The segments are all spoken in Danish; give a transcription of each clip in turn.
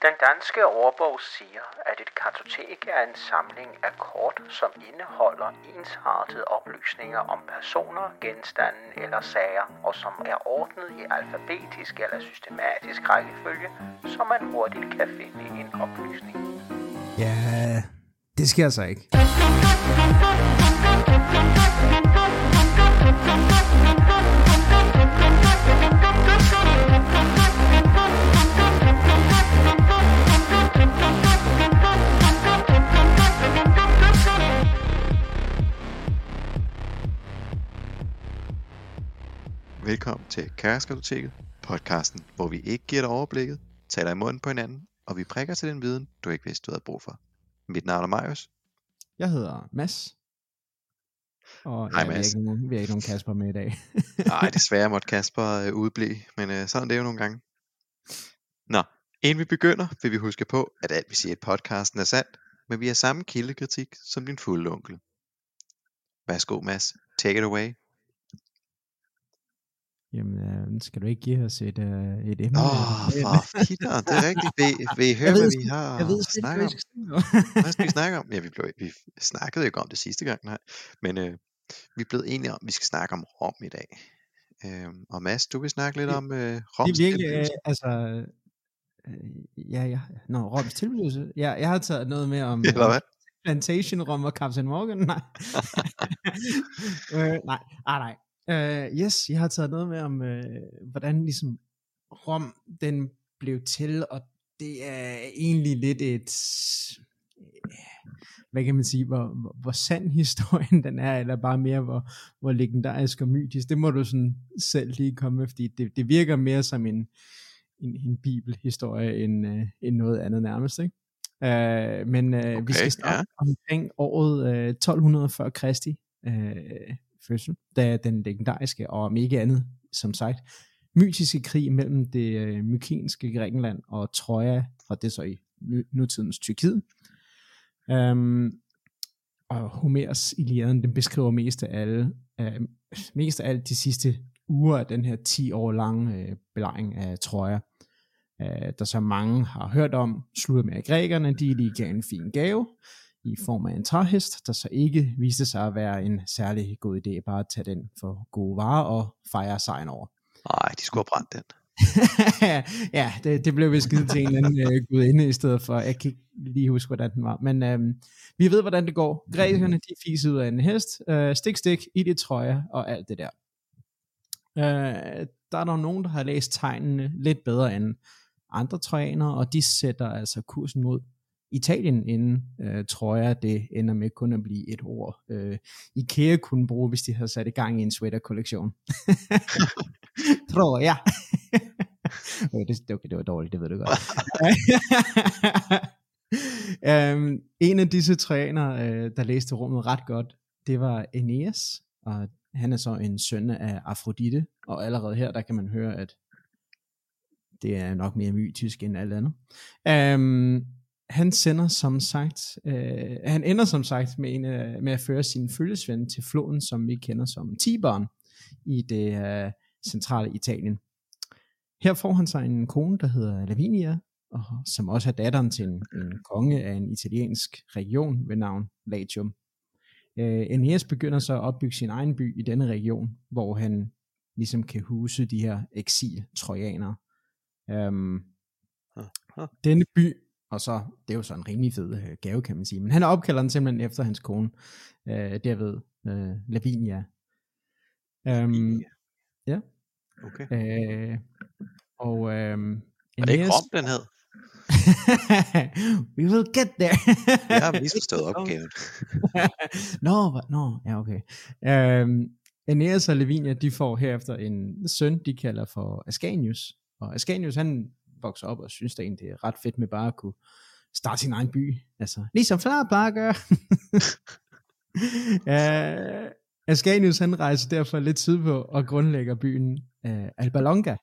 Den danske ordbog siger, at et kartotek er en samling af kort, som indeholder ensartede oplysninger om personer, genstande eller sager, og som er ordnet i alfabetisk eller systematisk rækkefølge, så man hurtigt kan finde en oplysning. Ja, det sker så ikke. Velkommen til Kaoskartoteket, podcasten, hvor vi ikke giver dig overblikket, taler i munden på hinanden, og vi prikker til den viden, du ikke vidste, du havde brug for. Mit navn er Marius. Jeg hedder Mads. Og Hej, Mads. Vi har ikke nogen Kasper med i dag. Nej, desværre måtte Kasper udblive, men sådan er det jo nogle gange. Nå, inden vi begynder, vil vi huske på, at alt vi siger i podcasten er sandt, men vi har samme kildekritik som din fulde onkel. Værsgo, Mads. Take it away. Jamen, skal du ikke give os et emne? For fitter, det er rigtigt. Vil I høre, hvad vi har snakket om? Hvad skal vi snakke om? Ja, vi snakkede ikke om det sidste gang, nej. Men vi er blevet enige om, at vi skal snakke om Rom i dag. Og Mads, du vil snakke lidt om Roms tilblivelse. Roms tilblivelse. Jeg har taget noget med om Plantation Rom og Captain Morgan. Nej. Nej. Yes, jeg har taget noget med om, hvordan ligesom Rom, den blev til, og det er egentlig lidt et, hvad kan man sige, hvor sand historien den er, eller bare mere, hvor legendarisk og mytisk. Det må du sådan selv lige komme med, fordi det virker mere som en bibelhistorie, end noget andet nærmest, ikke? Okay, vi skal starte omkring året 1200 før Kristi, fødsel, da den legendariske, og om ikke andet, som sagt, mytiske krig mellem det mykenske Grækenland og Troja, og det så i nutidens Tyrkiet. Og Homers Iliaden, den beskriver mest af alt de sidste uger af den her 10 år lange belejring af Troja, der så mange har hørt om, slutter med, at grækerne, de lige gav en fin gave i form af en træhest, der så ikke viste sig at være en særlig god idé, bare at tage den for gode varer og fejre sejren over. Nej, de skulle have brændt den. Ja, det blev vist givet til en eller anden gudinde i stedet for, jeg kan ikke lige huske, hvordan den var, men vi ved, hvordan det går. Grækerne, de fiser ud af en hest, stik, i det trøje og alt det der. Der er nogen, der har læst tegnene lidt bedre end andre trojanere, og de sætter altså kursen mod Italien, inden Troja, det ender med kun at blive et ord. IKEA kunne bruge, hvis de havde sat i gang i en sweater-kollektion. Troja. Det var dårligt, det ved du godt. En af disse trojanere, der læste rummet ret godt, det var Aeneas, og han er så en søn af Afrodite, og allerede her, der kan man høre, at det er nok mere mytisk end alt andet. Han ender som sagt med at føre sin følgesvend til floden, som vi kender som Tiberen, i det centrale Italien. Her får han sig en kone, der hedder Lavinia, og som også er datteren til en konge af en italiensk region ved navn Latium. Aeneas begynder så at opbygge sin egen by i denne region, hvor han ligesom kan huse de her eksil-trojanere. Denne by, og så, det er jo så en rimelig fed gave, kan man sige, men han opkalder den simpelthen efter hans kone, derved Lavinia. Ja. Okay. Og var det ikke Rom, den hed? We will get there. Jeg har misforstået opgaven. Ja, okay. Aeneas og Lavinia, de får herefter en søn, de kalder for Ascanius, og Ascanius, han vokser op og synes det egentlig er ret fedt med bare at kunne starte sin egen by, altså ligesom far bare at gøre. Ascanius, han rejser derfor lidt sydpå og grundlægger byen Alba Longa,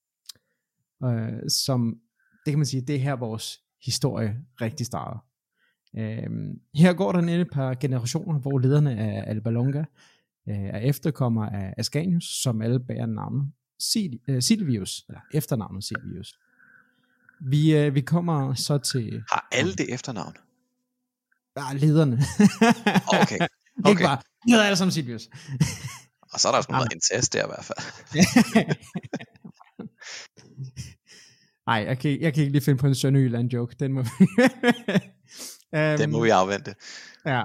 som, det kan man sige, det er her vores historie rigtig starter. Her går der et par generationer, hvor lederne af Alba Longa er efterkommere af Ascanius, som alle bærer navnet Silvius, eller efternavnet Silvius. Vi kommer så til... Har alle det efternavn? Lederne. Okay. Ikke bare, de hedder alle sammen Silvius. Og så er der også noget incest der i hvert fald. Nej, jeg kan ikke lige finde på en Sønderjylland joke. Den må Den må vi afvente. Ja.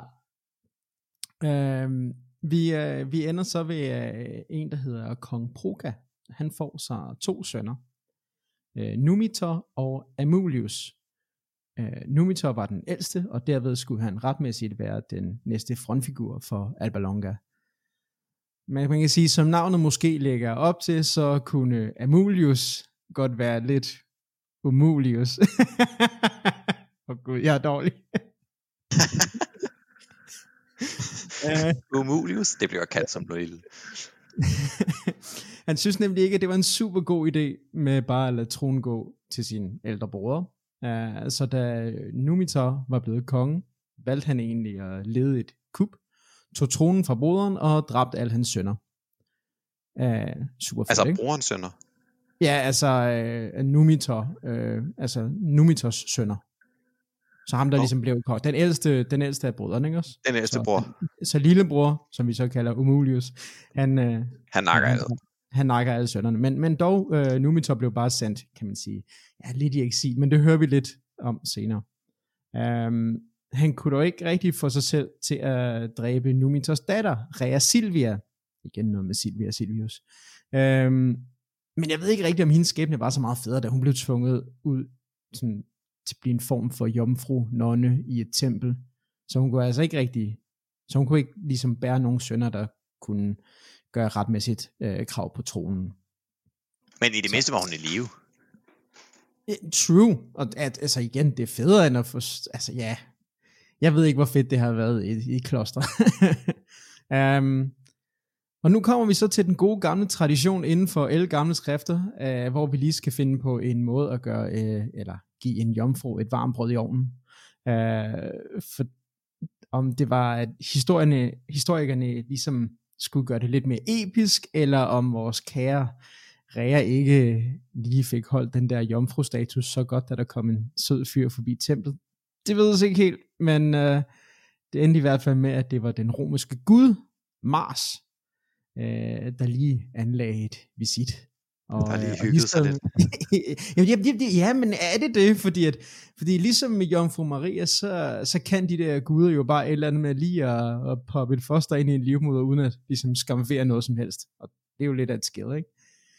Vi ender så ved en, der hedder Kong Proga. Han får sig 2 sønner. Numitor og Amulius. Numitor var den ældste, og derved skulle han retmæssigt være den næste frontfigur for Alba Longa. Men man kan sige, som navnet måske lægger op til, så kunne Amulius godt være lidt umulius. Gud, jeg er dårlig. Umulius, det bliver kaldt som noget lille. Han synes nemlig ikke, at det var en super god idé med bare at lade tronen gå til sine ældre brødre. Så da Numitor var blevet konge, valgte han egentlig at lede et kup, tog tronen fra broderen og dræbte alle hans sønner. Super fedt, altså ikke? brorens sønner? Ja, altså Numitors sønner. Så ham der ligesom blev konge. Den ældste af brødrene, ikke også? Den ældste bror. Så lillebror, som vi så kalder Umulius, han nakker alle. Han nakker alle sønnerne. Men dog, Numitor blev bare sendt, kan man sige, lidt i eksil, men det hører vi lidt om senere. Han kunne dog ikke rigtig få sig selv til at dræbe Numitors datter, Rea Silvia. Igen noget med Silvia og Silvius. Men jeg ved ikke rigtig, om hendes skæbne var så meget federe, da hun blev tvunget ud sådan, til at blive en form for jomfru nonne i et tempel. Så hun kunne altså ikke rigtig, så hun kunne ikke ligesom bære nogen sønner, der kunne gøre retmæssigt krav på tronen. Men i det mindste var hun i live. True. Og altså igen, det er federe end at få, altså ja, jeg ved ikke, hvor fedt det har været i kloster. Og nu kommer vi så til den gode gamle tradition inden for alle gamle skrifter, hvor vi lige skal finde på en måde at gøre, eller give en jomfru et varmt brød i ovnen. For om det var, at historikerne ligesom skulle gøre det lidt mere episk, eller om vores kære Rea ikke lige fik holdt den der jomfru-status så godt, da der kom en sød fyr forbi templet. Det ved jeg ikke helt, men det endte i hvert fald med, at det var den romerske gud, Mars, der lige anlagde et visit. Og, der lige hyggede sig lidt. Ja, men er det? Fordi ligesom med Jomfru Maria, så kan de der guder jo bare et eller andet med lige at poppe et foster ind i en livmoder, uden at ligesom skamfere noget som helst. Og det er jo lidt af et skill, ikke?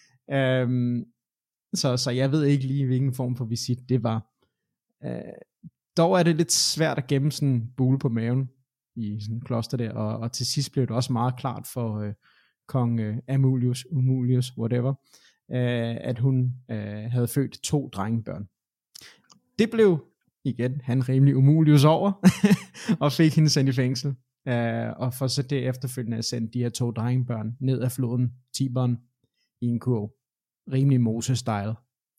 Så jeg ved ikke lige, hvilken form for visit det var. Dog er det lidt svært at gemme sådan en bule på maven i sådan en kloster der, og til sidst blev det også meget klart for kong Amulius, Umulius, whatever, at hun havde født 2 drengebørn. Det blev igen han rimelig Umulius over, og fik hende sendt i fængsel, og for så det efterfølgende at sende de her 2 drengebørn ned af floden Tiberen i en kurv. Rimelig Moses-style.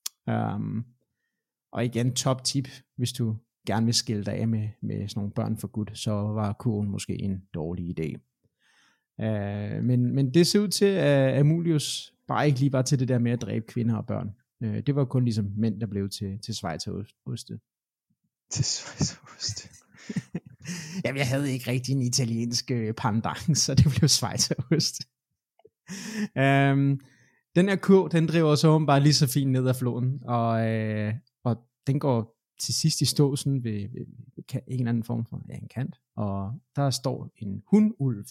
Og igen, top tip, hvis du gerne vil skille dig af med sådan nogle børn for Gud, så var kurven måske en dårlig idé. Men det ser ud til, at Amulius bare ikke lige var til det der med at dræbe kvinder og børn. Det var kun ligesom mænd, der blev til schweizeroste. Til schweizeroste. Jamen, jeg havde ikke rigtig en italiensk pandang, så det blev schweizerost. Den her kurv, den driver så bare lige så fint ned ad floden, og den går til sidst i stå sådan ved en eller anden form for en kant, og der står en hundulv,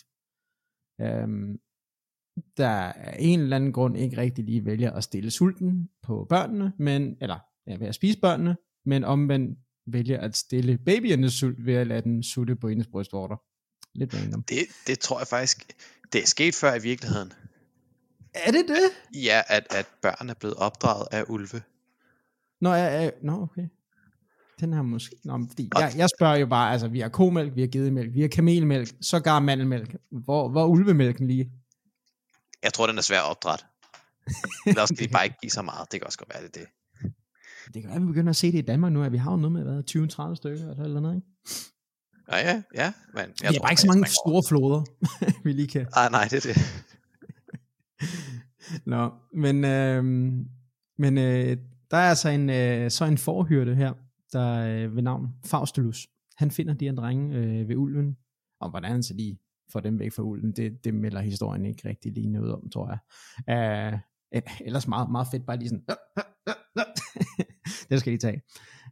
der af en eller anden grund ikke rigtig lige vælger at stille sulten på børnene, ved at spise børnene, men omvendt vælger at stille babyernes sult ved at lade den sutte på hendes brystvorter. Lidt random. Det tror jeg faktisk, det er sket før i virkeligheden. Er det det? Ja, at børn er blevet opdraget af ulve. Nå, okay. Den her måske. Nå, fordi jeg spørger jo bare, altså vi har komælk, vi har gedemælk, vi har kamelmælk, sågar mandelmælk. Hvor er ulvemælken lige? Jeg tror, den er svær at opdrætte. Eller også kan de bare ikke give så meget. Det kan også godt være det. Det kan være, at vi begynder at se det i Danmark nu, at vi har jo noget med 20-30 stykker eller noget, ikke? Ja. Men vi har bare ikke så mange store floder, vi lige kan. Nej, det er det. Nå, men Der er altså en forhyrte her, der ved navn Faustulus. Han finder de her drenge ved ulven, og hvordan han så lige får dem væk fra ulven, det melder historien ikke rigtig lige noget om, tror jeg. Ellers meget, meget fedt, bare lige sådan, det skal de tage.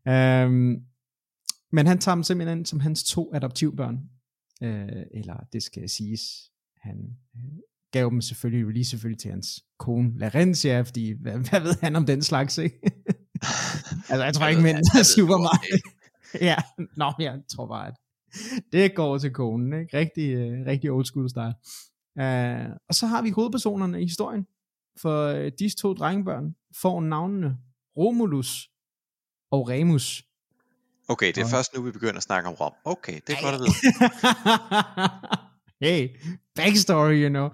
Men han tager dem simpelthen som hans 2 adoptivbørn, eller det skal siges, han gav dem selvfølgelig til hans kone Larentia, fordi hvad ved han om den slags, ikke? Altså jeg tror ikke mænd er super meget. Ja, jeg tror bare, at det går til konen, ikke? Rigtig old school style. Og så har vi hovedpersonerne i historien, for disse 2 drengebørn får navnene Romulus og Remus. Okay, det er først nu, vi begynder at snakke om Rom. Okay, det er godt at vide. Hey, backstory, you know.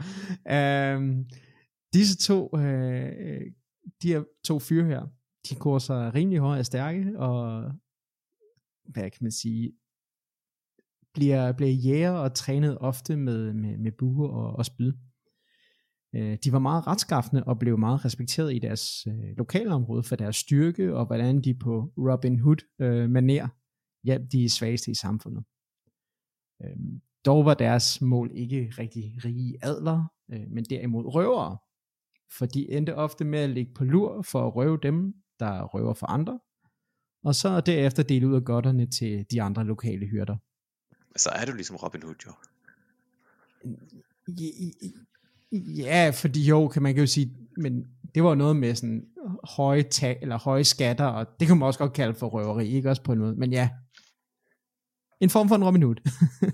Disse 2, de her 2 fyre her, de går så rimelig høje og stærke, og hvad kan man sige, bliver jæger og trænet ofte med bue og spyd. De var meget retskaffende og blev meget respekteret i deres lokalområde for deres styrke og hvordan de på Robin Hood manér hjalp de svageste i samfundet. Dog var deres mål ikke rigtig rige adler, men derimod røvere, for de endte ofte med at ligge på lur for at røve dem, der røver for andre, og så derefter dele ud af godterne til de andre lokale hyrder. Så er du ligesom Robin Hood, jo. Ja, fordi jo, kan man jo sige, men det var noget med sådan høje skatter, og det kan man også godt kalde for røveri, ikke også på en måde, men ja, en form for en Robin Hood.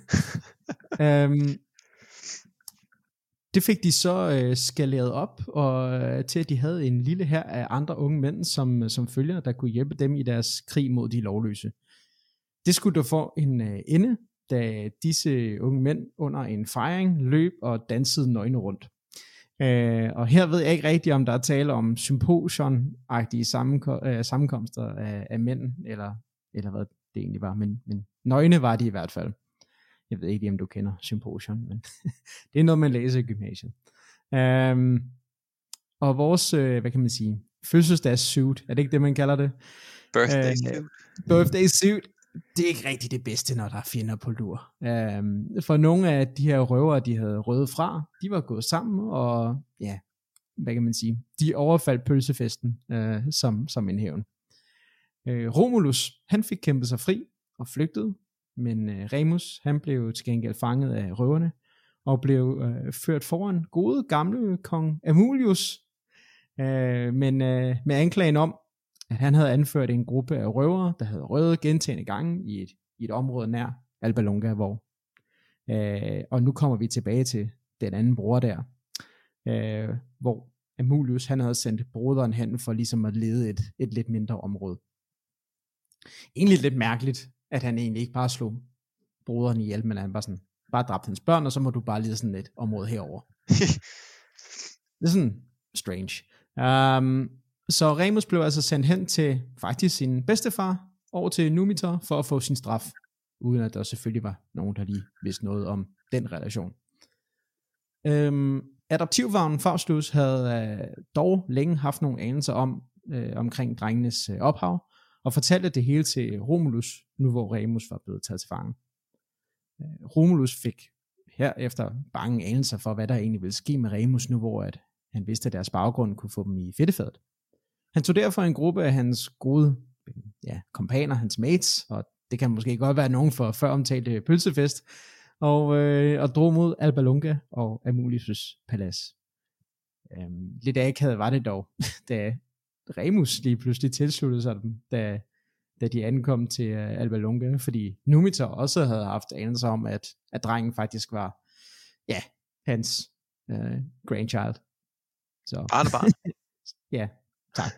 Det fik de så skaleret op, og til at de havde en lille hær af andre unge mænd, som følger, der kunne hjælpe dem i deres krig mod de lovløse. Det skulle dog få en ende, da disse unge mænd under en fejring løb og dansede nøgne rundt. Og her ved jeg ikke rigtigt, om der er tale om symposion-agtige sammenkomster af mænd, eller hvad det egentlig var, men nøgne var de i hvert fald. Jeg ved ikke, om du kender symposion, men det er noget, man læser i gymnasiet. Og vores, hvad kan man sige, fødselsdagssuit, er det ikke det, man kalder det? Birthday suit. Det er ikke rigtig det bedste, når der er fjender på lur. For nogle af de her røvere, de havde røvet fra, de var gået sammen, og ja, hvad kan man sige, de overfaldt pølsefesten som en hævn. Romulus, han fik kæmpet sig fri og flygtede, men Remus, han blev til gengæld fanget af røverne, og blev ført foran gode gamle kong Amulius, men med anklagen om, at han havde anført en gruppe af røvere, der havde røvet gentagne gange i et område nær Alba Longa, og nu kommer vi tilbage til den anden bror der, hvor Amulius, han havde sendt broderen hen for ligesom at lede et lidt mindre område. Egentlig lidt mærkeligt, at han egentlig ikke bare slog broderen ihjel, men han bare dræbte hans børn, og så må du bare lede sådan et område herover. Det er sådan strange. Så Remus blev altså sendt hen til faktisk sin bedstefar over til Numitor for at få sin straf, uden at der selvfølgelig var nogen, der lige vidste noget om den relation. Adoptivvagnen Faustus havde dog længe haft nogle anelser omkring drengenes ophav, og fortalte det hele til Romulus, nu hvor Remus var blevet taget til fange. Romulus fik herefter bange anelser for, hvad der egentlig ville ske med Remus, nu hvor at han vidste, at deres baggrund kunne få dem i fedtefadet. Han tog derfor en gruppe af hans gode kompaner, hans mates, og det kan måske godt være nogen for før omtalte pølsefest, og drog mod Alba Longa og Amulius' palads. Lidt akavet var det dog, da Remus lige pludselig tilsluttede sig dem, da de ankom til Alba Longa, fordi Numitor også havde haft anelser om, at drengen faktisk var, hans grandchild. Så. Barnebarn. Ja, tak.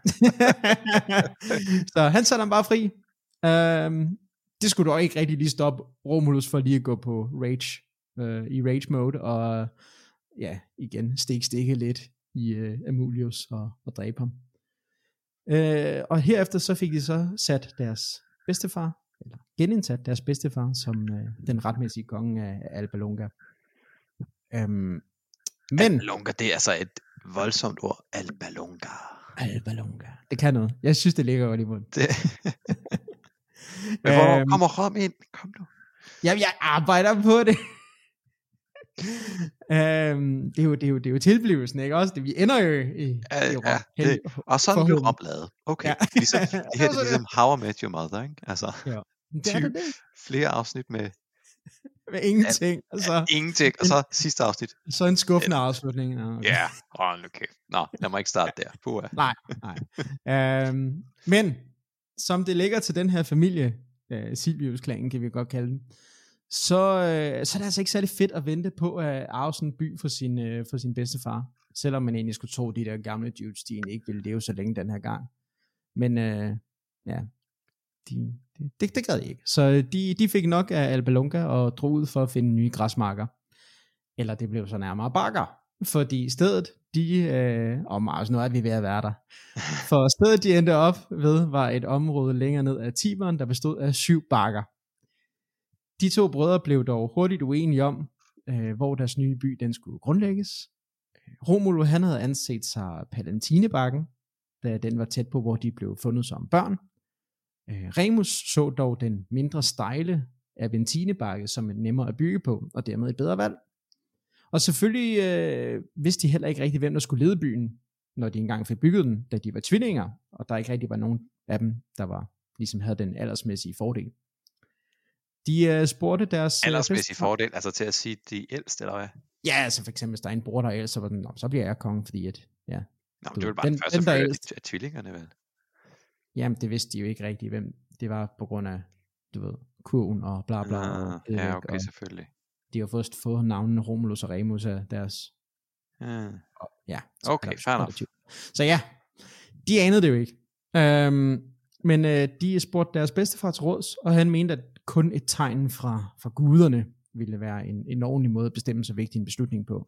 Så han satte ham bare fri. Det skulle dog ikke rigtig lige stoppe Romulus for lige at gå på rage, i rage mode, og igen stikke lidt i Amulius og dræbe ham. Og herefter så fik de så sat deres bedstefar, eller genindsat deres bedstefar, som den retmæssige konge af Alba Longa. Men Alba Longa, det er altså et voldsomt ord, Alba Longa. Alba Longa. Det kan noget. Jeg synes, det ligger godt i munden. Men hvornår kommer Rom ind? Kom nu. Jamen, jeg arbejder på det. Det er jo tilblivelsen, ikke også? Vi ender jo i Rom. Og sådan blev Rom lavet. Okay. Ja. Ligesom, det her det er ligesom How I Met Your Mother, ikke? Altså, ja. Det er det. Flere afsnit med ingenting. Ingenting. Og så sidste afsnit. Så en skuffende afslutning. Ja, okay. Nå, lad mig ikke starte der. Puha. Nej. Men, som det ligger til den her familie, Silvius-klanen kan vi godt kalde den, så er det altså ikke særlig fedt at vente på at arve sådan en by for sin bedstefar. Selvom man egentlig skulle tro, de der gamle dudes, de ikke ville leve så længe den her gang. Men det gad de ikke. Så de fik nok af Alba Longa og drog ud for at finde nye græsmarker. Eller det blev så nærmere bakker. Fordi stedet, Marius, nu er vi ved at være der. For stedet, de endte op ved, var et område længere ned af Tiberen, der bestod af 7 bakker. De 2 brødre blev dog hurtigt uenige om, hvor deres nye by den skulle grundlægges. Romulus, han havde anset sig Palatinebakken, da den var tæt på, hvor de blev fundet som børn. Remus så dog den mindre stejle Aventinebakke som et nemmere at bygge på, og dermed et bedre valg. Og selvfølgelig vidste de heller ikke rigtig, hvem der skulle lede byen, når de engang fik bygget den, da de var tvillinger, og der ikke rigtig var nogen af dem, der ligesom havde den aldersmæssige fordel. De spurgte deres... Aldersmæssige fordel, altså til at sige de ældste, eller hvad? Ja, altså for eksempel, hvis der er en bror, der er ældst, så bliver jeg konge, fordi at... Ja, nå, det var bare den første af tvillingerne, vel? Jamen, det vidste de jo ikke rigtigt, hvem det var på grund af, kurven og bla bla. Ja, okay, selvfølgelig. De har først fået navnene Romulus og Remus af deres... Ja. Okay, fair enough. Så ja, de anede det jo ikke. Men de spurgte deres bedstefar til råds, og han mente, at kun et tegn fra guderne ville være en ordentlig måde at bestemme så vigtig en beslutning på.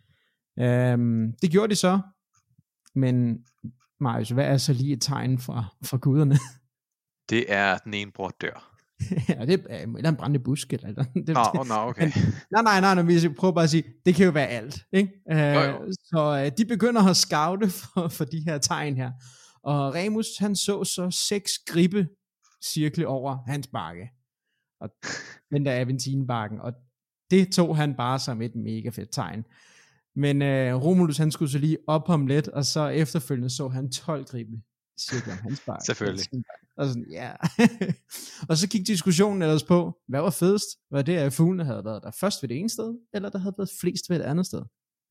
Det gjorde de så, men Marius, hvad er så lige et tegn fra guderne? Det er, at den ene bror dør. Ja, det er en brændende busk eller okay. Nej, vi prøver bare at sige, det kan jo være alt, ikke? Jo. Så de begynder at scoute for de her tegn her. Og Remus, han så 6 gribe cirkle over hans bakke. Og den der Aventinebakken, og det tog han bare som et mega fedt tegn. Men Romulus, han skulle så lige op om lidt, og så efterfølgende så han 12 gribe cirkle om hans bakke. Selvfølgelig. Og sådan, ja. Og så gik diskussionen ellers på, hvad var fedest? Var det, at fuglene havde været der først ved det ene sted, eller der havde været flest ved et andet sted?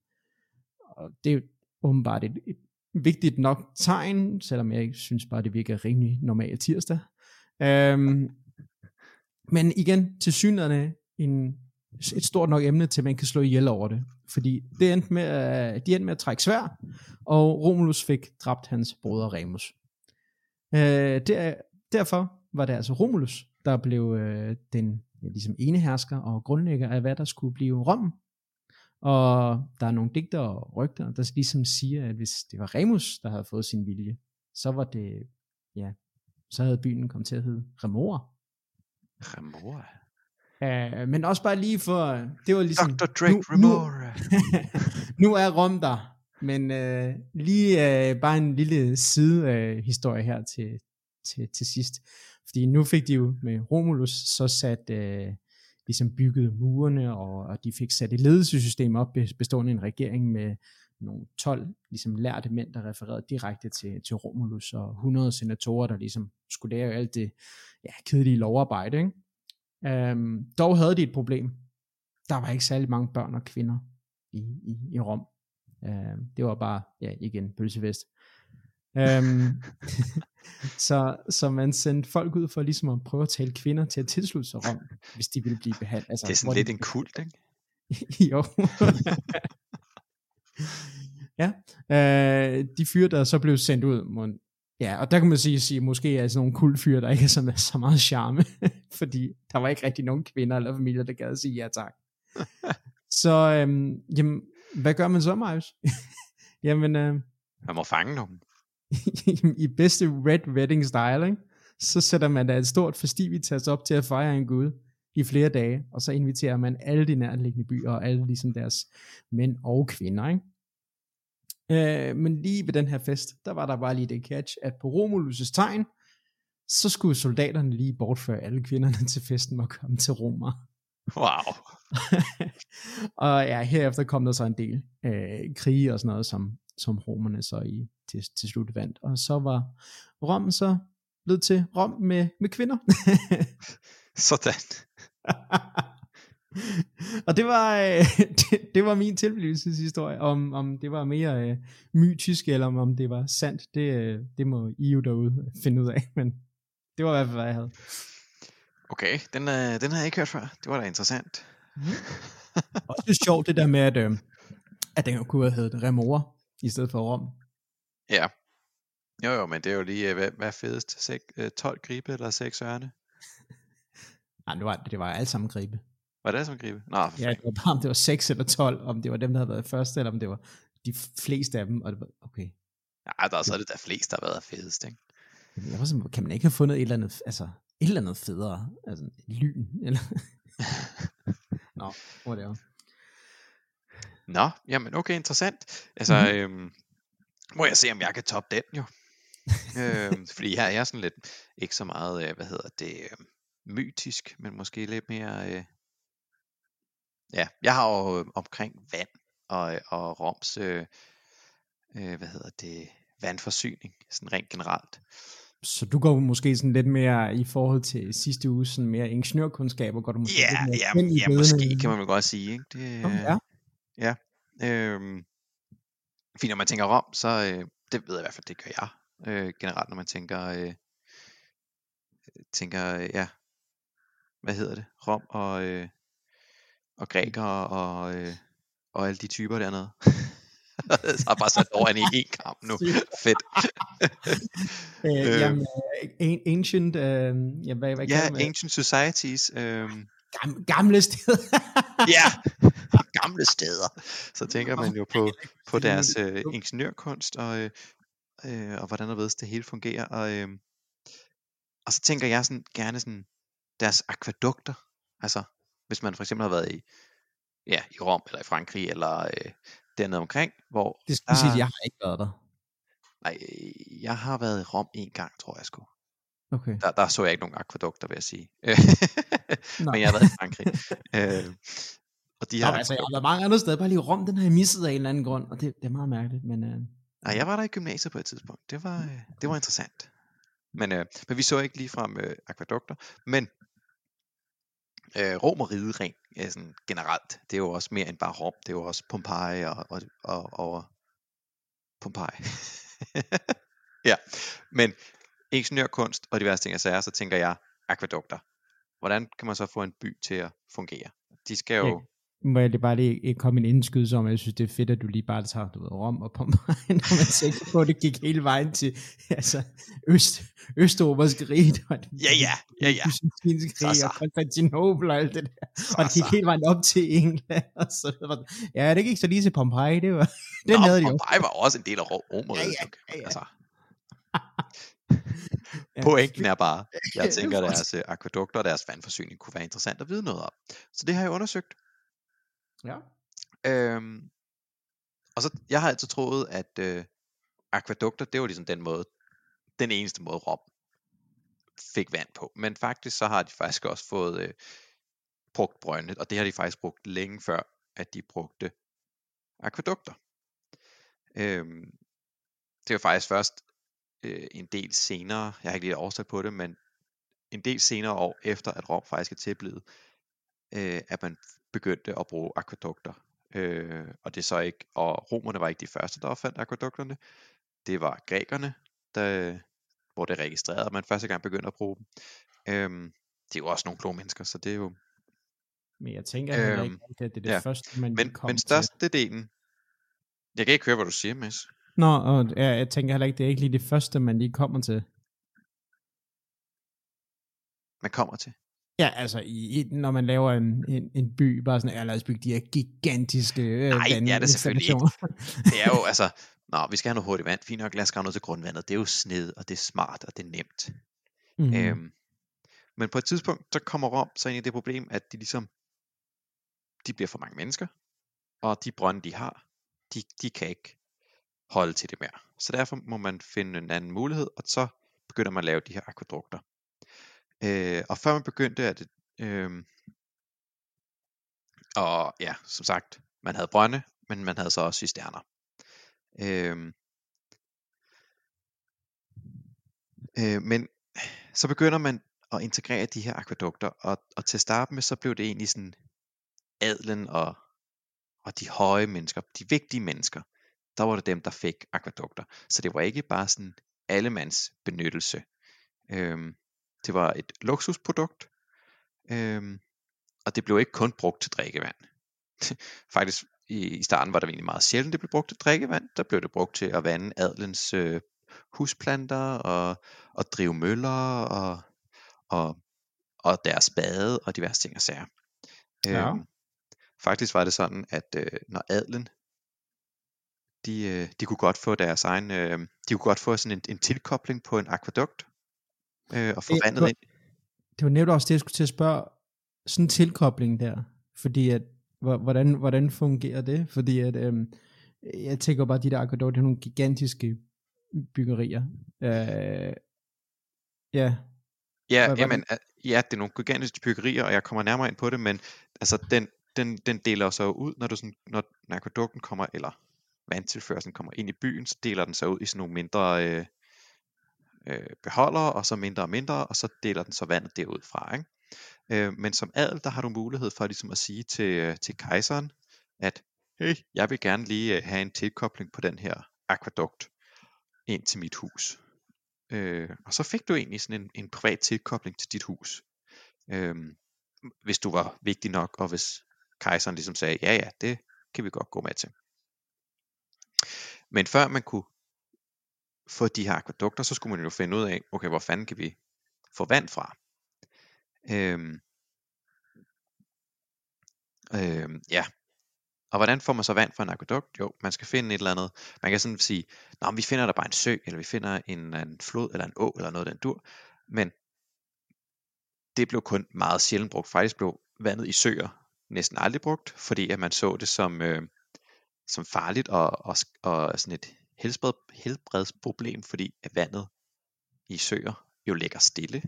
Og det er jo åbenbart et vigtigt nok tegn, selvom jeg ikke synes bare, det virker rimelig normalt tirsdag. Men igen, tilsyneladende et stort nok emne, til man kan slå ihjel over det. Fordi de endte med at trække sværd, og Romulus fik dræbt hans broder Remus. Derfor var det altså Romulus, der blev den ligesom enehersker og grundlægger af, hvad der skulle blive Rom. Og der er nogle digter og rygter, der ligesom siger, at hvis det var Remus, der havde fået sin vilje, så var det, så havde byen kommet til at hedde Remora. Remora? Men også bare lige for, det var ligesom... Dr. Drake Remora. Nu er Rom der, men lige bare en lille sidehistorie her til sidst. Fordi nu fik de jo med Romulus så sat... ligesom bygget murene, og de fik sat et ledelsessystem op, bestående af en regering med nogle 12 ligesom lærte mænd, der refererede direkte til Romulus, og 100 senatorer, der ligesom skulle lave alt det kedelige lovarbejde. Ikke? Dog havde de et problem. Der var ikke særlig mange børn og kvinder i Rom. Det var bare, igen, pølsevest. Så man sendte folk ud for ligesom at prøve at tale kvinder til at tilslutte sig Rom, hvis de ville blive behandlet. Altså, det er sådan lidt en kult, ikke? Jo. Ja. De fyre, der så blev sendt ud, og der kan man sige måske er sådan nogle kultfyre, der ikke er så meget charme, fordi der var ikke rigtig nogen kvinder eller familier, der gad at sige ja tak. Så jamen, hvad gør man så, Marius? Jamen, man må fange nogen. I bedste Red Wedding style, ikke? Så sætter man da et stort festivitas op til at fejre en gud i flere dage, og så inviterer man alle de nærliggende byer og alle ligesom deres mænd og kvinder, ikke? Men lige ved den her fest, der var der bare lige det catch, at på Romulus' tegn, så skulle soldaterne lige bortføre alle kvinderne til festen og komme til Roma. Wow. Og ja, herefter kom der så en del krige og sådan noget, som romerne så til slut vandt. Og så var Rom så blevet til Rom med kvinder. Sådan. Og det var det var min tilblivelseshistorie. Om det var mere mytisk, eller om det var sandt, det må I jo derude finde ud af. Men det var i hvert fald, hvad jeg havde. Okay, den har jeg ikke hørt før. Det var da interessant. Også det er sjovt det der med, at den kunne have heddet Remora i stedet for Rom. Ja. Jo, men det er jo lige, hvad er fedest? 12 gribe eller 6 ørne? Nej, det var alt sammen gribe. Var det som gribe? Nå, ja, det var bare, om det var 6 eller 12, om det var dem, der havde været første, eller om det var de fleste af dem. Og det var, okay. Ja, der er så det der flest, der har været fedest, ikke? Jeg var sådan, kan man ikke have fundet et eller andet federe? Altså lyn, eller... Nå, hvor det er. Nå, jamen okay, interessant. Altså, må jeg se, om jeg kan toppe den jo. Fordi jeg er sådan lidt, ikke så meget, mytisk, men måske lidt mere, jeg har jo omkring vand og Roms, vandforsyning, sådan rent generelt. Så du går måske sådan lidt mere i forhold til sidste uge, sådan mere ingeniørkundskaber, går du måske lidt mere ja, måske kan man vel godt sige, ikke? Det, ja. Fordi når man tænker Rom, så, det ved jeg i hvert fald, det gør jeg, generelt når man tænker, Rom og grækere og alle de typer dernede. Så har jeg bare sat over i en kamp nu. Fedt. Jamen, ancient, hvad ancient societies. Gamle steder. Ja, gamle steder. Så tænker man jo på deres ingeniørkunst og hvordan der ved det hele fungerer. Og så tænker jeg sådan gerne sådan deres akvædukter. Altså hvis man for eksempel har været i Rom eller i Frankrig eller dernede omkring, hvor det skal sige, jeg har ikke været der. Nej, jeg har været i Rom en gang, tror jeg sgu. Okay. Der så jeg ikke nogen akvædukter, vil jeg sige. Men jeg har været i Frankrig. Og de har altså, jeg har været mange andre steder, bare lige Rom, den har jeg misset af en eller anden grund, og det er meget mærkeligt. Men, nej, jeg var der i gymnasiet på et tidspunkt. Det var interessant. Men vi så ikke ligefrem akvædukter. Men Romeriget rent sådan generelt, det er jo også mere end bare Rom. Det er jo også Pompeji og Pompeji. Ja, men ingeniørkunst og diverse ting, så tænker jeg akvædukter. Hvordan kan man så få en by til at fungere? De skal jo... Må jeg bare lige komme en indskydelse om, jeg synes det er fedt, at du lige bare tager Rom og Pompeji, når man tænker på, at det gik hele vejen til Østoverske rige. Ja. Byzantinske rige og Konstantinopel og alt det der. Og det gik hele vejen op til England. Og så, ja, det gik så lige til Pompeji. Det var, Pompeji var også en del af Romeriget. Ja. Altså. Pointen er bare, jeg tænker, at deres akvædukter og deres vandforsyning kunne være interessant at vide noget om. Så det har jeg undersøgt. Ja. Og så, jeg har altid troet, at akvædukter, det var ligesom den eneste måde Rom fik vand på. Men faktisk så har de faktisk også fået brugt brønde, og det har de faktisk brugt længe før, at de brugte akvædukter. Det var faktisk først en del senere, jeg har ikke lige oversat på det, men en del senere år efter, at Rom faktisk er tilblevet, at man begyndte at bruge akvædukter. Og det er så ikke, og romerne var ikke de første, der opfandt akvædukterne. Det var grækerne, hvor det registrerede, at man første gang begyndte at bruge dem. Det er jo også nogle kloge mennesker, så det er jo... Men jeg tænker heller ikke, at det er det første, man kom men størstedelen... Jeg kan ikke høre, hvad du siger, Mads. Nå, og jeg tænker heller ikke, det er ikke lige det første, man lige kommer til. Man kommer til? Ja, altså, når man laver en by, bare sådan, lad os bygge de her gigantiske nej, ja, det er selvfølgelig ikke. Det er jo, altså, vi skal have noget hurtigt vand, fint nok, lad os grave noget til grundvandet. Det er jo sned, og det er smart, og det er nemt. Mm-hmm. Men på et tidspunkt, så kommer Rom så ind i det problem, at de bliver for mange mennesker, og de brønde, de har, de kan ikke holde til det mere. Så derfor må man finde en anden mulighed, og så begynder man at lave de her akvædukter. Og før man begyndte at og ja, som sagt, man havde brønde, men man havde så også cisterner. Men så begynder man at integrere de her akvædukter, og til at starte med, så blev det egentlig sådan adlen og de høje mennesker, de vigtige mennesker, der var det dem, der fik akvædukter. Så det var ikke bare sådan allemands benyttelse. Det var et luksusprodukt, og det blev ikke kun brugt til drikkevand. Faktisk i starten var det egentlig meget sjældent, det blev brugt til drikkevand. Der blev det brugt til at vande adelens husplanter og drive møller og deres bade og diverse ting og sager. Ja. Faktisk var det sådan, at når adelen de kunne godt få deres egen, de kunne godt få sådan en tilkobling på en akvædukt og få vandet ind. Det var netop også det, jeg skulle til at spørge, sådan en tilkobling der, fordi at, hvordan fungerer det? Fordi at, jeg tænker bare, at de der akvædukter, det er nogle gigantiske byggerier. Ja. Ja, jamen, ja, det er nogle gigantiske byggerier, og jeg kommer nærmere ind på det, men altså den deler sig jo ud, når akvædukten kommer, eller vandtilførselen kommer ind i byen, så deler den sig ud i sådan nogle mindre beholdere, og så mindre og mindre, og så deler den så vandet derudfra, ikke? Men som adel, der har du mulighed for ligesom at sige til kejseren, at hey, jeg vil gerne lige have en tilkobling på den her akvædukt ind til mit hus. Og så fik du egentlig sådan en privat tilkobling til dit hus, hvis du var vigtig nok, og hvis kejseren ligesom sagde, ja, det kan vi godt gå med til. Men før man kunne få de her akvædukter, så skulle man jo finde ud af, okay, hvor fanden kan vi få vand fra? Ja. Og hvordan får man så vand fra en akvædukt? Jo, man skal finde et eller andet. Man kan sådan sige, nå, vi finder der bare en sø, eller vi finder en flod, eller en å, eller noget af den dur. Men det blev kun meget sjældent brugt. Faktisk blev vandet i søer næsten aldrig brugt, fordi at man så det som farligt og sådan et helbredsproblem, fordi at vandet i søer jo ligger stille.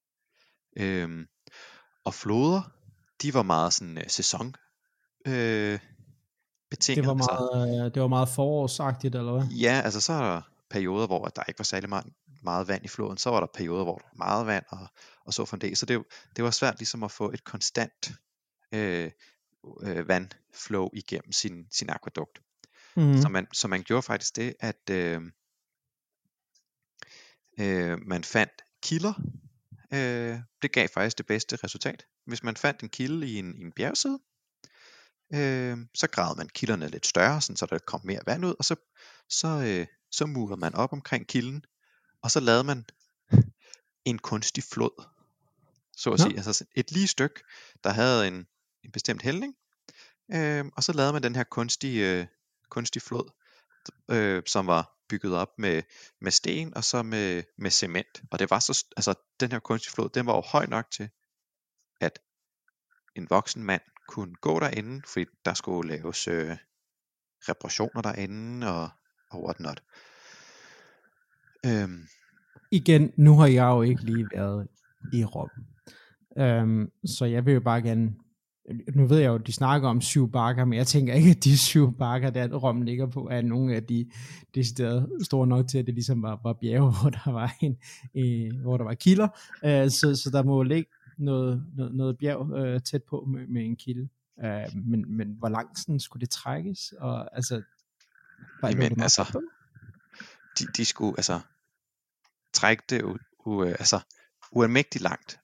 Og floder, de var meget sådan sæson betinget. Det var meget forårsagtigt, eller hvad? Ja, altså så er der perioder, hvor der ikke var særlig meget vand i floden, så var der perioder, hvor der var meget vand, og så fremdeles. Så det var svært ligesom at få et konstant vandflow igennem sin akvædukt. Mm-hmm. Så man gjorde faktisk det, at man fandt kilder. Det gav faktisk det bedste resultat. Hvis man fandt en kilde i en bjergside, så gravede man kilderne lidt større, så der kom mere vand ud, og så murede man op omkring kilden, og så lavede man en kunstig flod, så at sige, altså et lige stykke, der havde en bestemt hældning, og så lavede man den her kunstige flod, som var bygget op med sten og så med cement, og det var så, altså den her kunstige flod, den var jo høj nok til, at en voksen mand kunne gå derinde, fordi der skulle laves reparationer derinde og whatnot. Igen, nu har jeg jo ikke lige været i Rom, så jeg vil jo bare gerne, nu ved jeg jo, at de snakker om 7 bakker, men jeg tænker ikke, at de 7 bakker, der Rom ligger på, er nogle af de steder store nok til, at det ligesom var bjerge, hvor der var hvor der var kilder, så der må ligge noget bjerg tæt på med en kilde. Men hvor langt sådan skulle det trækkes? Og altså, jamen, altså de skulle altså trække det ualmægtigt langt.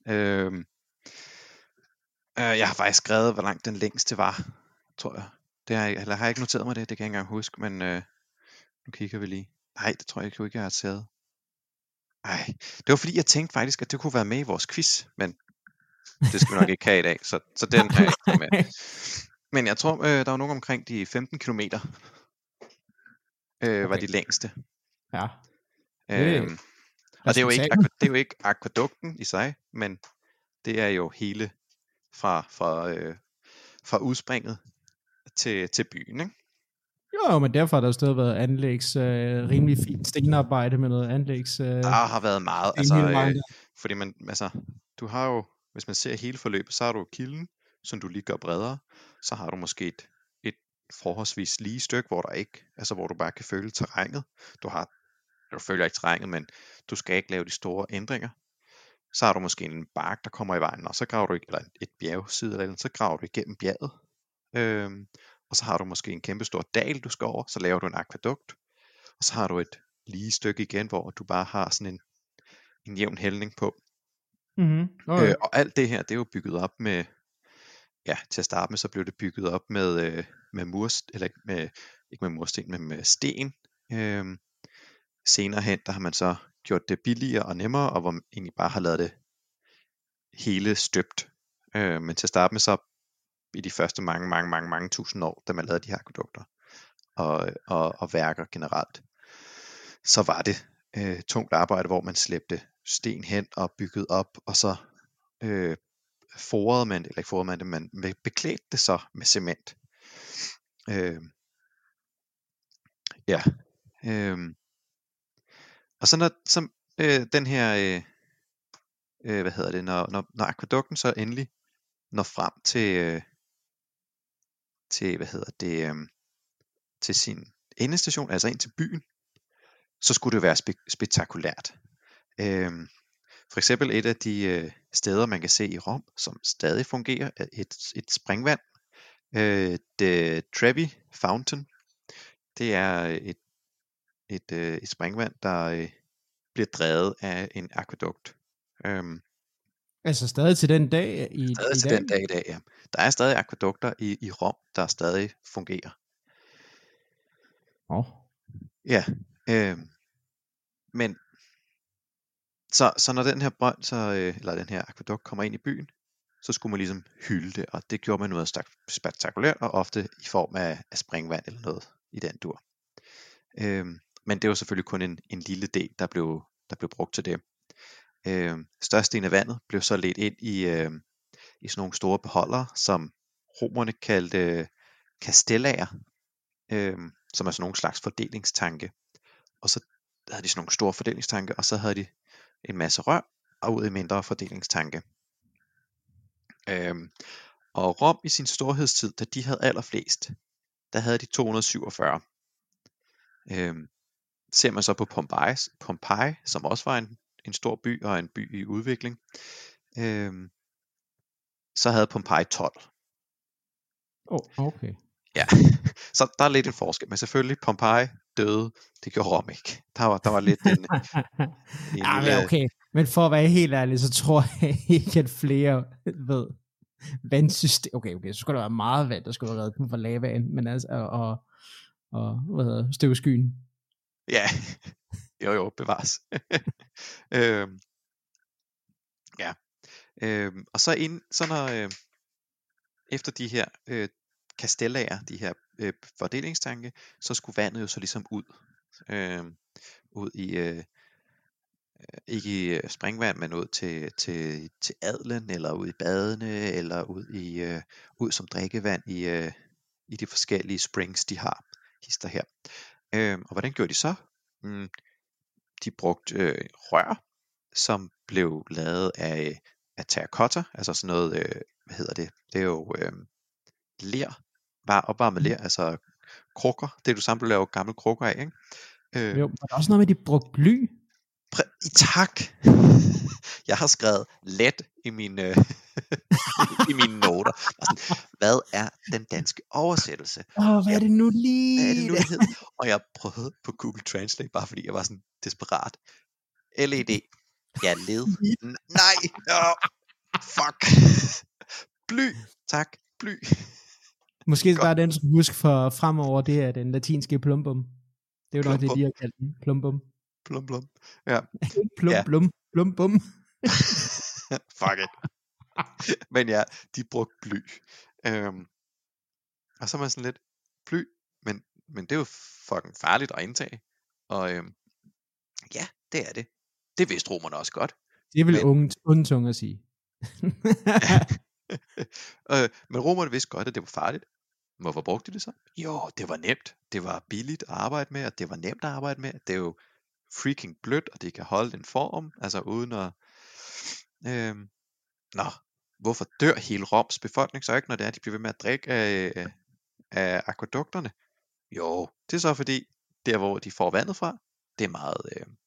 Jeg har faktisk skrevet, hvor langt den længste var, tror jeg. Det har jeg ikke noteret mig det kan jeg ikke engang huske, men nu kigger vi lige. Nej, det tror jeg ikke, jeg har taget. Nej, det var fordi, jeg tænkte faktisk, at det kunne være med i vores quiz, men det skal vi nok ikke have i dag, så den har jeg ikke med. Men jeg tror, der var nogen omkring de 15 kilometer, var de længste. Ja. Og det er jo ikke akvædukten i sig, men det er jo hele fra udspringet til byen, ikke? Jo, men derfor har der jo stadig været rimelig fint stenarbejde med noget anlægs... Der har været meget, fordi du har jo, hvis man ser hele forløbet, så har du kilden, som du lige gør bredere, så har du måske et forholdsvis lige stykke, hvor du bare kan føle terrænet. Du følger ikke terrænet, men du skal ikke lave de store ændringer. Så har du måske en bark, der kommer i vejen, og så graver du, eller et bjergside eller andet, så graver du igennem bjerget. Og så har du måske en kæmpe stor dal, du skal over, så laver du en akvædukt. Og så har du et lige stykke igen, hvor du bare har sådan en jævn hældning på. Mm-hmm. Okay. Og alt det her, det er jo bygget op med, til at starte med, så blev det bygget op med mursten, eller ikke med mursten, men med sten. Senere hen, der har man så gjort det billigere og nemmere, og hvor man egentlig bare har lavet det hele støbt. Men til at starte med, så i de første mange tusind år, da man lavede de her akvædukter og værker generelt, så var det tungt arbejde, hvor man slæbte sten hen og byggede op, og så man beklædte det så med cement. Og så når den her når akvædukten så endelig når frem til sin endestation, altså ind til byen, så skulle det være spektakulært. For eksempel et af de steder, man kan se i Rom, som stadig fungerer, er et springvand. The Trevi Fountain. Det er et springvand, der bliver drevet af en akvædukt. Altså stadig til den dag i dag, ja. Der er stadig akvædukter i Rom, der stadig fungerer. Ja. Men så når den her brønd, eller den her akvædukt kommer ind i byen, så skulle man ligesom hylde det, og det gjorde man noget spektakulært, og ofte i form af springvand eller noget i den dur. Men det var selvfølgelig kun en lille del, der blev brugt til det. Størstedelen af vandet blev så ledt ind i sådan nogle store beholdere, som romerne kaldte kastellaer, som er sådan nogle slags fordelingstanke. Og så havde de sådan nogle store fordelingstanke, og så havde de en masse rør, og ud i mindre fordelingstanke. Og Rom i sin storhedstid, da de havde allerflest, der havde de 247. Ser man så på Pompeji, som også var en stor by og en by i udvikling, så havde Pompeji 12. Okay. Ja, så der er lidt en forskel, men selvfølgelig Pompeji døde, det gjorde Rom ikke. Der var lidt en lille... okay. Men for at være helt ærlig, så tror jeg ikke, at flere ved vandsystem. Okay, så skulle der være meget vand, der skulle have reddet dem fra lavaen, men altså, og støvskyen. Ja, jo, bevares. Og så når efter de her kastellaer, de her fordelingstanke, så skulle vandet jo så ligesom ud i ikke i springvand, men ud til adlen, eller ud i badene, eller ud som drikkevand i de forskellige springs, de har, hister her. Og hvordan gjorde de så? De brugte rør, som blev lavet af terracotta, altså sådan noget, det er jo ler, opvarmet ler, altså krukker, det du sammen laver gamle krukker af, ikke? Jo, og der er også noget med, de brugte bly. Tak. Jeg har skrevet let i mine noter. Hvad er den danske oversættelse? Hvad er det nu lige? Hvad er det nu, det hedder? Og jeg prøvede på Google Translate, bare fordi jeg var sådan desperat. LED. Ja, led. Nej. Fuck. Bly. Tak. Bly. Måske bare den, som husk for fremover, det er den latinske plumbum. Det er jo nok det, de har kaldt den. Plumbum. Plum. Ja. Plumbum. Fuck it. Men ja, de brugte bly. Og så er man sådan lidt, bly, men det er jo fucking farligt at indtage. Og ja, det er det. Det vidste romerne også godt. Det vil onde tunger sige. Men romerne vidste godt, at det var farligt. Hvorfor brugte de det så? Jo, det var nemt. Det var billigt at arbejde med, og det var nemt at arbejde med. Det er jo freaking blødt, og det kan holde en form, altså uden at... Hvorfor dør hele Roms befolkning så ikke, når det er, de bliver ved med at drikke af akvædukterne? Jo, det er så fordi, der hvor de får vandet fra, det er meget,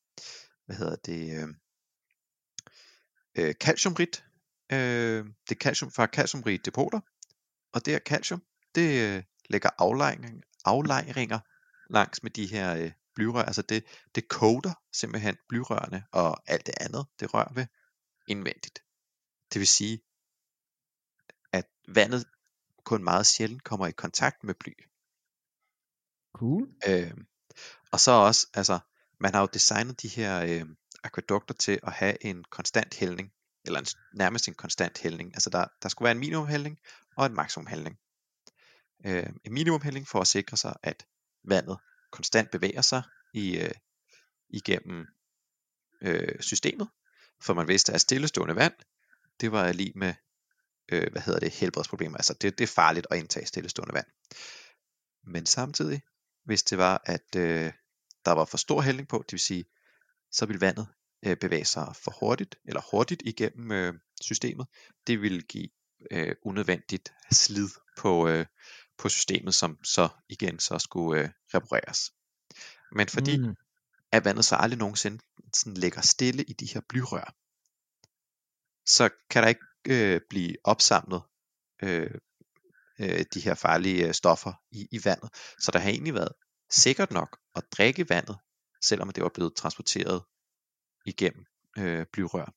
calciumrigt. Det er calcium fra calciumrige depoter, og det her calcium, det lægger aflejringer langs med de her blyrør, altså det coater simpelthen blyrørene og alt det andet, det rør ved indvendigt. Det vil sige, at vandet kun meget sjældent kommer i kontakt med bly. Cool. Og så også, altså, man har jo designet de her akvædukter til at have en konstant hældning, eller nærmest en konstant hældning. Altså der skulle være en minimumhældning og en maksimumhældning. En minimumhældning for at sikre sig, at vandet konstant bevæger sig igennem systemet, for man vidste, at stillestående vand, det var lige med helbredsproblemer. Altså det er farligt at indtage stillestående vand. Men samtidig, hvis det var, at der var for stor hældning på, det vil sige, så ville vandet bevæge sig for hurtigt, eller hurtigt igennem systemet. Det ville give unødvendigt slid på systemet, som så igen så skulle repareres. Men fordi at vandet så aldrig nogensinde sådan ligger stille i de her blyrør, så kan der ikke blive opsamlet de her farlige stoffer i vandet. Så der har egentlig været sikkert nok at drikke vandet, selvom det var blevet transporteret igennem blyrør.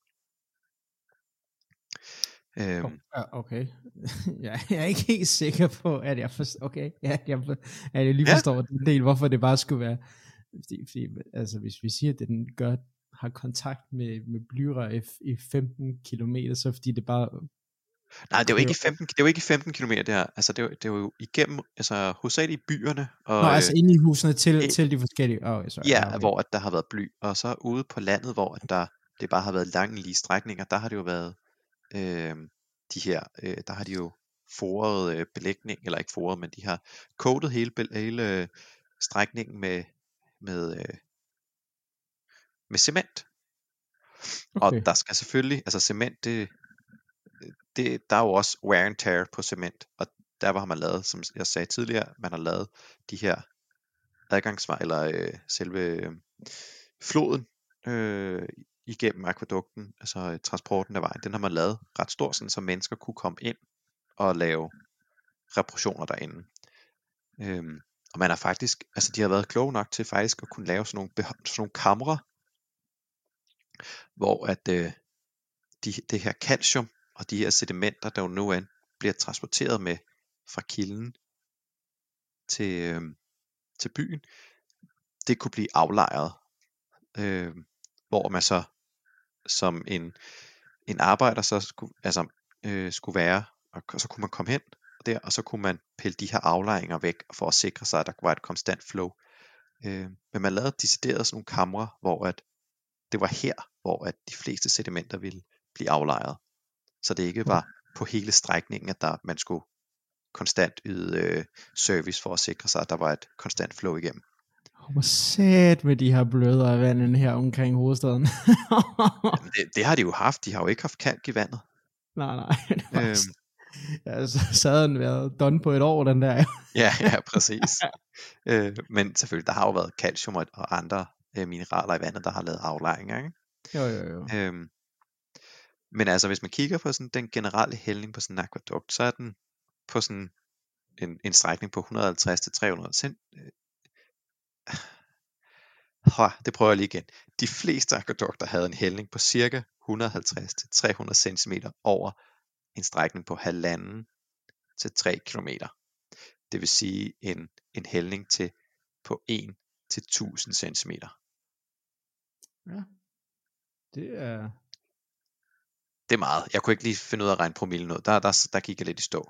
Okay. Jeg er ikke helt sikker på, at jeg forstår, at jeg lige forstår den del, hvorfor det bare skulle være, fordi altså hvis vi siger, at den har kontakt med blyrør i 15 kilometer, så fordi det bare... Nej, det er jo ikke 15 kilometer det her. Altså det er jo igennem, altså hovedsageligt i byerne. Og, altså inde i husene til de forskellige... hvor at der har været bly. Og så ude på landet, hvor det bare har været lange lige strækninger, der har det jo været der har de jo foret belægning, eller ikke foret, men de har coatet hele strækningen med cement. Okay. Og der skal selvfølgelig, altså cement, der er jo også wear and tear på cement, og der har man lavet, som jeg sagde tidligere, man har lavet de her adgangsvej, eller selve floden igennem akvædukten, altså transporten af vejen, den har man lavet ret stor, sådan, så mennesker kunne komme ind og lave reparationer derinde. Og man har faktisk, altså de har været kloge nok til faktisk at kunne lave sådan nogle kamre, hvor at det her calcium og de her sedimenter, der jo nu bliver transporteret med fra kilden til byen, det kunne blive aflejret, hvor man så som en arbejder så skulle være, og så kunne man komme hen der, og så kunne man pille de her aflejringer væk, for at sikre sig, at der var et konstant flow. Men man lavede decideret sådan nogle kamre, hvor at det var her, hvor at de fleste sedimenter ville blive aflejret. Så det ikke var på hele strækningen, at man skulle konstant yde service for at sikre sig, at der var et konstant flow igennem. Hvor sæt med de her blødere af vandet her omkring hovedstaden. Jamen det har de jo haft. De har jo ikke haft kalk i vandet. Nej. Så havde den været done på et år, den der. ja, præcis. Men selvfølgelig, der har jo været calcium og andre mineraler i vandet, der har lavet aflejringer, ikke? Jo. Men altså, hvis man kigger på sådan den generelle hældning på sådan en akvædukt, så er den på sådan en strækning på 150-300 cm. Det prøver jeg lige igen. De fleste akvædukter havde en hældning på cirka 150-300 cm over en strækning på 1,5-3 km. Det vil sige en hældning på 1-1000 cm. Ja. Det er meget. Jeg kunne ikke lige finde ud af at regne promille noget. Der gik jeg lidt i stå.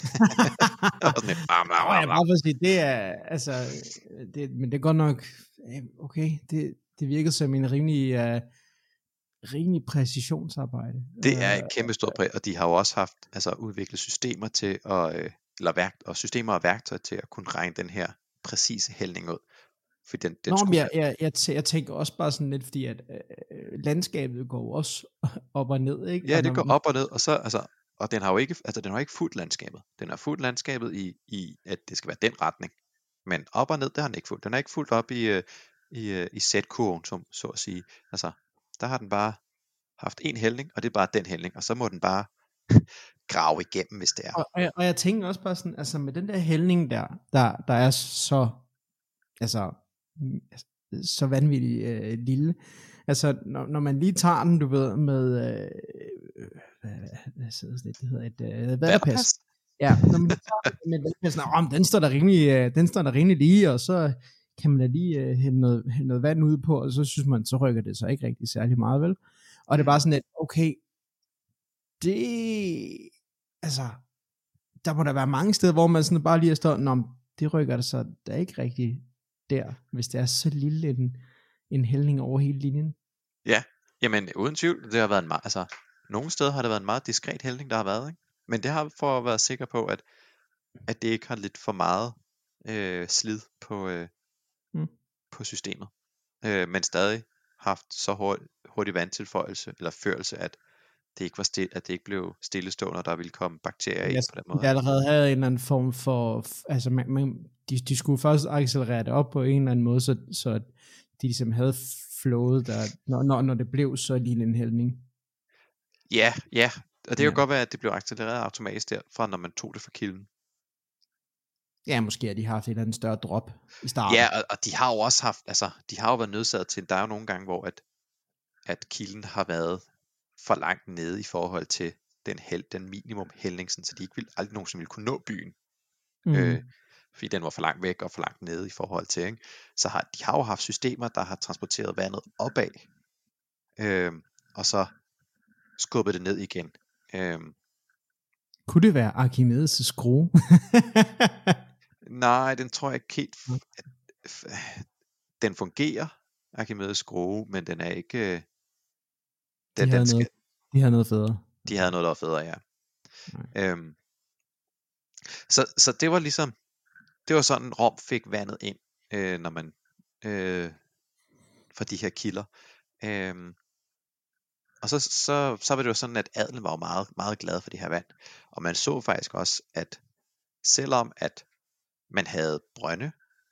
Men det er godt nok, okay, det virker som en rimelig præcisionsarbejde. Det er et kæmpe stort og de har jo også haft udviklet systemer til og systemer og værktøj til at kunne regne den her præcise hældning ud. For den Nå, men skulle jeg tænker også bare sådan lidt, fordi at landskabet går også op og ned, ikke? Ja, Og det går op og ned, og så, altså, og den har jo ikke, altså den har ikke fuldt landskabet. Den har fuldt landskabet i, at det skal være den retning. Men op og ned, det har den ikke fuldt. Den er ikke fuldt op i Z-kurven, så at sige. Altså, der har den bare haft en hældning, og det er bare den hældning, og så må den bare grave igennem, hvis det er. Og jeg tænker også bare sådan, altså med den der hældning der er så, altså, så vanvittigt lille. Altså, når man lige tager den, du ved, med, det hedder et vadderpas. Ja, når man tager den med vadderpassen, den står der rimelig lige, og så kan man da lige hælde noget vand ud på, og så synes man, så rykker det så ikke rigtig særlig meget, vel? Og det er bare sådan lidt, okay, det, altså, der må der være mange steder, hvor man sådan bare lige står, det rykker det så der ikke rigtig der, hvis det er så lille en hældning over hele linjen. Ja, jamen uden tvivl, det har været altså, nogle steder har det været en meget diskret hældning, der har været, ikke? Men det har for at være sikker på, at det ikke har lidt for meget slid på systemet, men stadig haft så hurtig vandtilføjelse eller førelse, at det ikke var at det ikke blev stillestående, og der ville komme bakterier ind på den måde. Jeg allerede havde en eller anden form for, altså de skulle først accelerere det op på en eller anden måde, så de ligesom havde flowet der, når det blev så lille en hældning. Ja, og det kan godt være, at det blev accelereret automatisk derfra, når man tog det fra kilden. Ja, måske har de haft et eller andet større drop i starten. Ja, og de har jo også haft, altså, de har jo været nødsaget til, der er jo nogle gange, hvor at kilden har været for langt nede i forhold til den minimum hældning, så de ikke aldrig nogensinde ville kunne nå byen. Fordi den var for langt væk og for langt nede i forhold til, ikke? Så de har jo haft systemer, der har transporteret vandet opad, og så skubbet det ned igen. Kunne det være Archimedes' skrue? Nej, den tror jeg ikke helt. Den fungerer, Archimedes' skrue, men den er ikke. De havde noget federe. De havde noget, der var federe, ja. Så det var ligesom, det var sådan, Rom fik vandet ind, når man fra de her kilder. Og så var det jo sådan, at adelen var jo meget, meget glad for det her vand. Og man så faktisk også, at selvom at man havde brønde,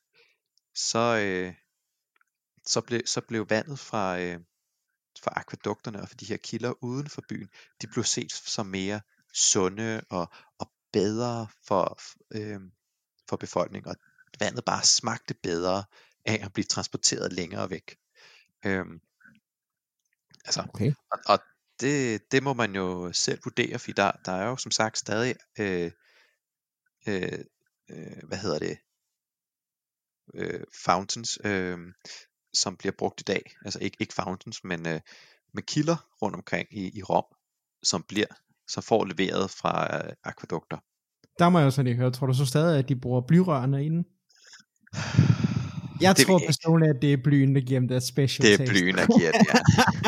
så blev vandet fra akvædukterne og fra de her kilder uden for byen, de blev set som mere sunde og bedre for befolkningen, og vandet bare smagte bedre af at blive transporteret længere væk. Okay. Og det må man jo selv vurdere, fordi der er jo som sagt stadig fountains, som bliver brugt i dag, altså ikke fountains, men med kilder rundt omkring i Rom, som får leveret fra akvædukter. Der må jeg også lige høre, tror du så stadig, at de bruger blyrørene inden? Jeg tror personligt, at det er blyen, der giver dem der special taste. Det er blyen, der giver det,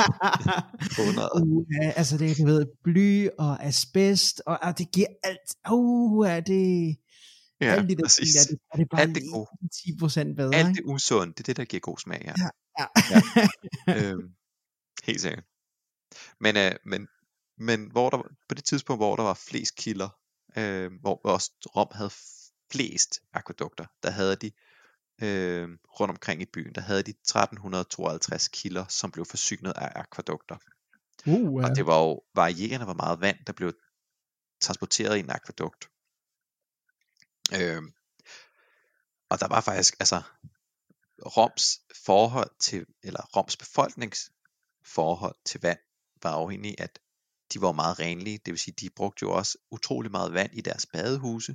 ja. Altså det er, du ved, bly og asbest, og det giver alt. Det... Ja, alt det der, præcis. er det bare alt det gode. 10% bedre. Alt det usunde, det er det, der giver god smag, ja. Helt sikkert. Men hvor der, på det tidspunkt, hvor der var flest kilder, hvor også Rom havde flest akvædukter, der havde de rundt omkring i byen, der havde de 1352 kilder, som blev forsynet af akvædukter. Og det var jo varierende, hvor meget vand, der blev transporteret i en akvædukt. Og der var faktisk, altså, Roms befolkningsforhold til vand var afhængig af, at de var meget renlige, det vil sige, de brugte jo også utrolig meget vand i deres badehuse.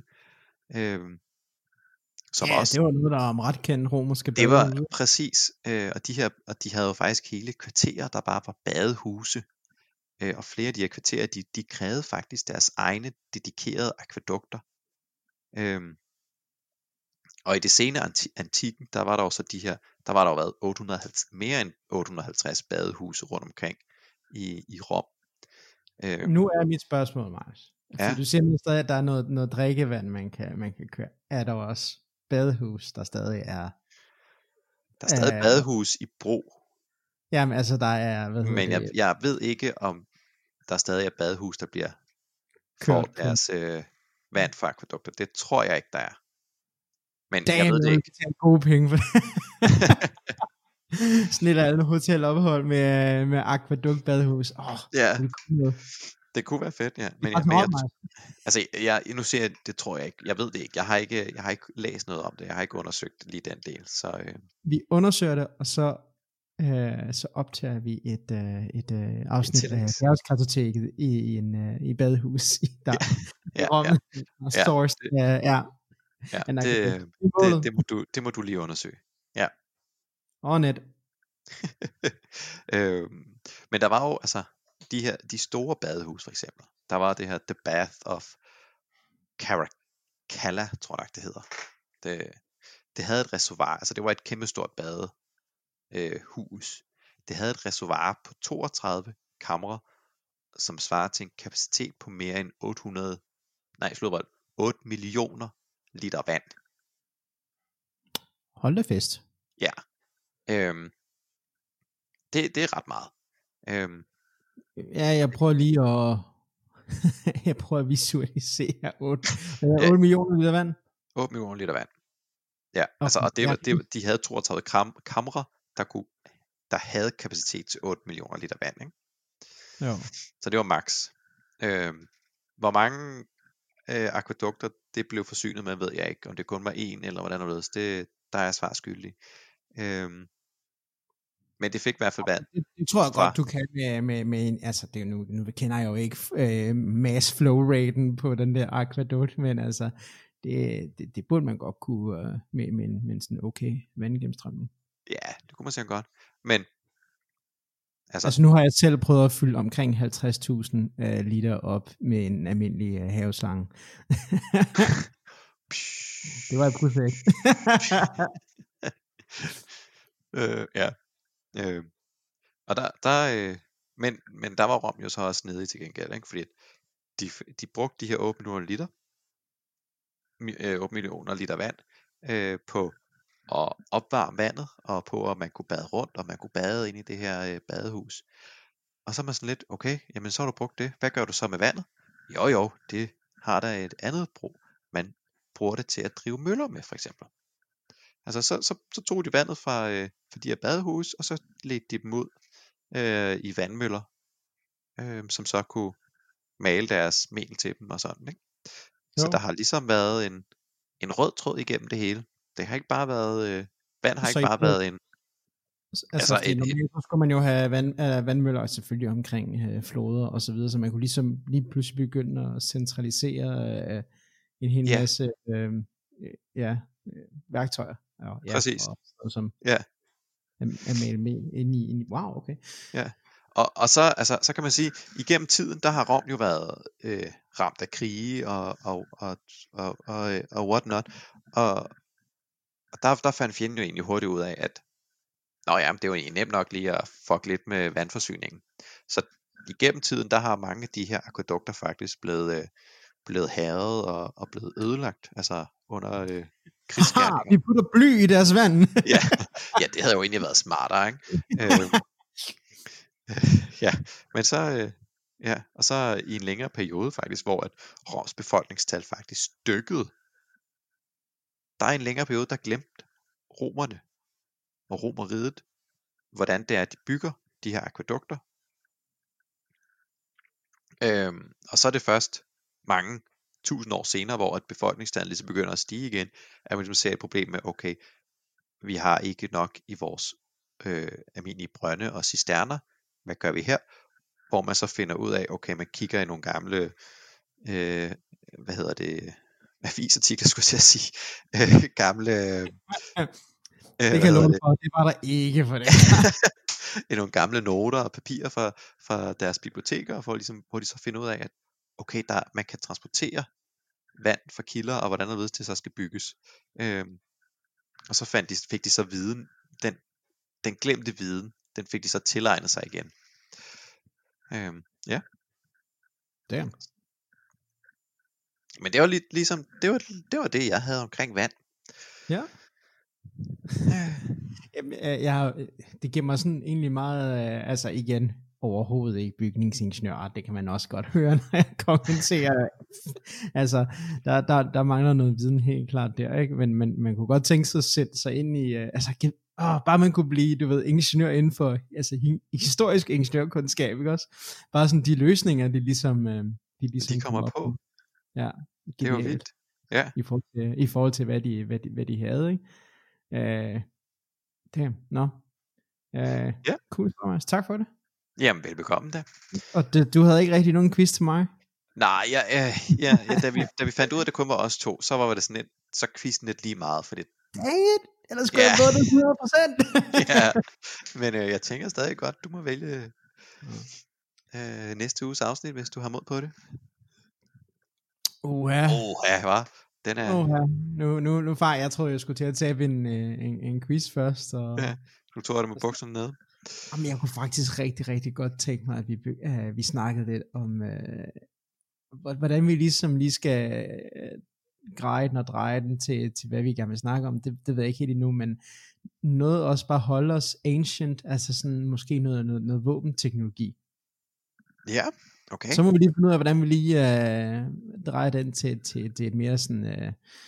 Som også, det var noget, der var ret kendt romerske badehuse. Det var præcis, og de havde jo faktisk hele kvarterer, der bare var badehuse. Og flere af de her kvarterer, de krævede faktisk deres egne dedikerede akvædukter. Og i det senere antikken, der var der også der var der jo været mere end 850 badehuse rundt omkring i Rom. Nu er mit spørgsmål, Marius. For du siger stadig, at der er noget drikkevand, man kan køre. Er der også badehus, der stadig er... Der er stadig badehus i brug. Jamen, altså, der er... Men jeg ved ikke, om der stadig er badehus, der bliver for deres vand fra akvædukter. Det tror jeg ikke, der er. Men jeg ved det ikke. Det er gode penge for det. Sådan et andet hotelophold med akvædukt badehus. Ja, det kunne være fedt, ja. Men nu siger jeg, det tror jeg ikke. Jeg ved det ikke. Jeg har ikke læst noget om det. Jeg har ikke undersøgt lige den del. Så, Vi undersøger det, og så optager vi et afsnit af Bjergskartoteket i badehus i Rom. Det må du lige undersøge. Ja. Net. Men der var jo altså de store badehus for eksempel. Der var det her The Bath of Caracalla, tror jeg det hedder. Det havde et reservoir, altså det var et kæmpestort badehus. Det havde et reservoir på 32 kamre, som svarer til en kapacitet på mere end 8 millioner liter vand. Hold da fest. Ja. Det er ret meget. Ja, jeg prøver lige at visualisere 8 millioner liter vand. 8 millioner liter vand. Ja, okay. Altså, og de havde 32 kamre, der havde kapacitet til 8 millioner liter vand, ikke? Jo. Så det var max. Hvor mange akvædukter det blev forsynet med, ved jeg ikke. Om det kun var en, eller hvordan det var. Der er jeg svar skyldig. Men det fik i hvert fald vand. Det tror jeg godt, du kan med en, altså det er nu kender jeg jo ikke mass flow raten på den der akvædukt, men altså det burde man godt kunne med sådan okay vandgennemstrømning. Ja, det kunne man sige godt. Men altså nu har jeg selv prøvet at fylde omkring 50.000 liter op med en almindelig haveslange. Det var et projekt. Ja. Og men der var Rom jo så også nede til gengæld, ikke? Fordi de brugte de her 8 millioner liter 8 millioner liter vand på at opvarme vandet, og på at man kunne bade rundt, og man kunne bade ind i det her badehus. Og så er man sådan lidt, okay, jamen så har du brugt det. Hvad gør du så med vandet? Jo, det har der et andet brug. Man bruger det til at drive møller med, for eksempel. Altså så tog de vandet fra de her badehus, og så ledte de dem ud i vandmøller, som så kunne male deres mel til dem og sådan, ikke? Så der har ligesom været en rød tråd igennem det hele. Det har ikke bare været vand har ikke bare været en så skulle man jo have vandmøller selvfølgelig omkring floder og så videre, så man kunne ligesom lige pludselig begynde at centralisere en hel masse værktøjer. Præcis. Og som at male med ind i. Wow, okay. Ja. Og så kan man sige, igennem tiden, der har Rom jo været ramt af krige og whatnot. Og der fandt fjenden jo egentlig hurtigt ud af, at det er jo egentlig nemt nok lige at fuck lidt med vandforsyningen. Så igennem tiden, der har mange af de her akvædukter faktisk blevet hærget og blevet ødelagt, altså under krigsgerninger. Vi putter bly i deres vand. ja, det havde jo egentlig været smartere, ikke? Men så og så i en længere periode faktisk, hvor at Roms befolkningstal faktisk dykkede. Der er en længere periode, der glemte romerne og Romerriget, hvordan det er, de bygger de her akvædukter. Og så er det først mange tusind år senere, hvor at befolkningstallet ligesom begynder at stige igen, at man ligesom ser et problem med, okay, vi har ikke nok i vores almindelige brønde og cisterner. Hvad gør vi her? Hvor man så finder ud af, okay, man kigger i nogle gamle avisartikler, skulle jeg sige, gamle det kan jeg love for, det var der ikke for det. I nogle gamle noter og papirer fra deres biblioteker, hvor de så finder ud af, at okay, man kan transportere vand fra kilder, og hvordan det så skal bygges. Og så fik de så viden, den glemte viden, den fik de så tilegnet sig igen. Damn. Men det var ligesom, det var det, jeg havde omkring vand. Ja. Det giver mig sådan egentlig meget, altså igen, overhovedet ikke bygningsingeniør, det kan man også godt høre, når jeg kommenterer. Altså, der mangler noget viden helt klart der, ikke? Men man kunne godt tænke sig at sætte sig ind i, bare man kunne blive, du ved, ingeniør inden for, altså historisk ingeniørkundskab, ikke også? Bare sådan de løsninger, de ligesom kommer på. Ja, det var vildt. Ja. I forhold til hvad de havde, ikke? Damn, no. Cool, Thomas. Tak for det. Jamen, velbekomme da. Og du havde ikke rigtig nogen quiz til mig? Nej, da vi fandt ud af, at det kun var os to, så var det sådan så quizzen lidt lige meget for det. Dang it! Ellers skulle jeg få det 100%. Ja, men jeg tænker stadig godt, du må vælge næste uges afsnit, hvis du har mod på det. Hva? Den er... Nu far, jeg tror jeg skulle til at tabe en quiz først. Og... Ja, du tog det med bukserne nede. Jamen, jeg kunne faktisk rigtig, rigtig godt tænke mig, at vi snakkede lidt om, hvordan vi ligesom lige skal greje den og dreje den til hvad vi gerne vil snakke om. Det ved jeg ikke helt endnu, men noget også bare holde os ancient, altså sådan måske noget våbenteknologi. Ja, okay. Så må vi lige finde ud af, hvordan vi lige drejer den til et mere sådan,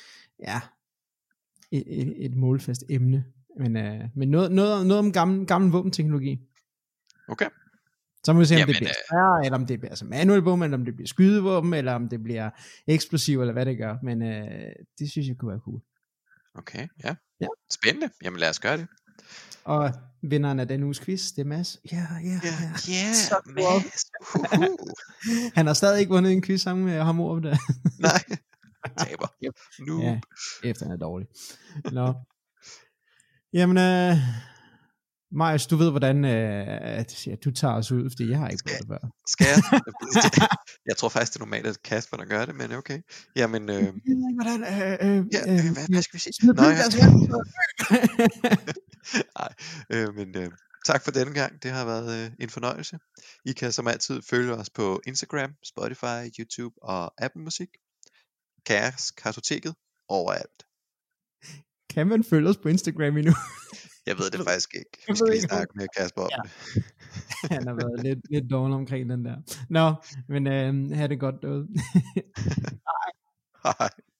et målfast emne. Men noget om gammel våbenteknologi. Okay. Så må vi se, om det bliver større, eller om det bliver altså manuel våben, eller om det bliver skydevåben, eller om det bliver eksplosiv, eller hvad det gør. Men det synes jeg kunne være cool. Okay, ja. Spændende. Jamen lad os gøre det. Og vinderen af den uges quiz, det er Mads. Ja, Mads. Han har stadig ikke vundet en quiz sammen med ham over det. Nej, taber. Noob. Ja, efter han er dårlig. Nå. Jamen, Marius, du ved hvordan du tager os ud, fordi jeg har ikke prøvet det før. Skal jeg? Jeg tror faktisk, det er normalt, at Kasper, der gør det, men okay. Jamen, jeg ved ikke, hvordan... hvad skal vi sige? Nej, tak for denne gang. Det har været en fornøjelse. I kan som altid følge os på Instagram, Spotify, YouTube og Apple Musik. Kartoteket overalt. Kan man følge os på Instagram endnu? Jeg ved det faktisk ikke. Vi skal lige snakke med Kasper om det. Han har været lidt dårlig omkring den der. Nå, men have det godt derude. Hej.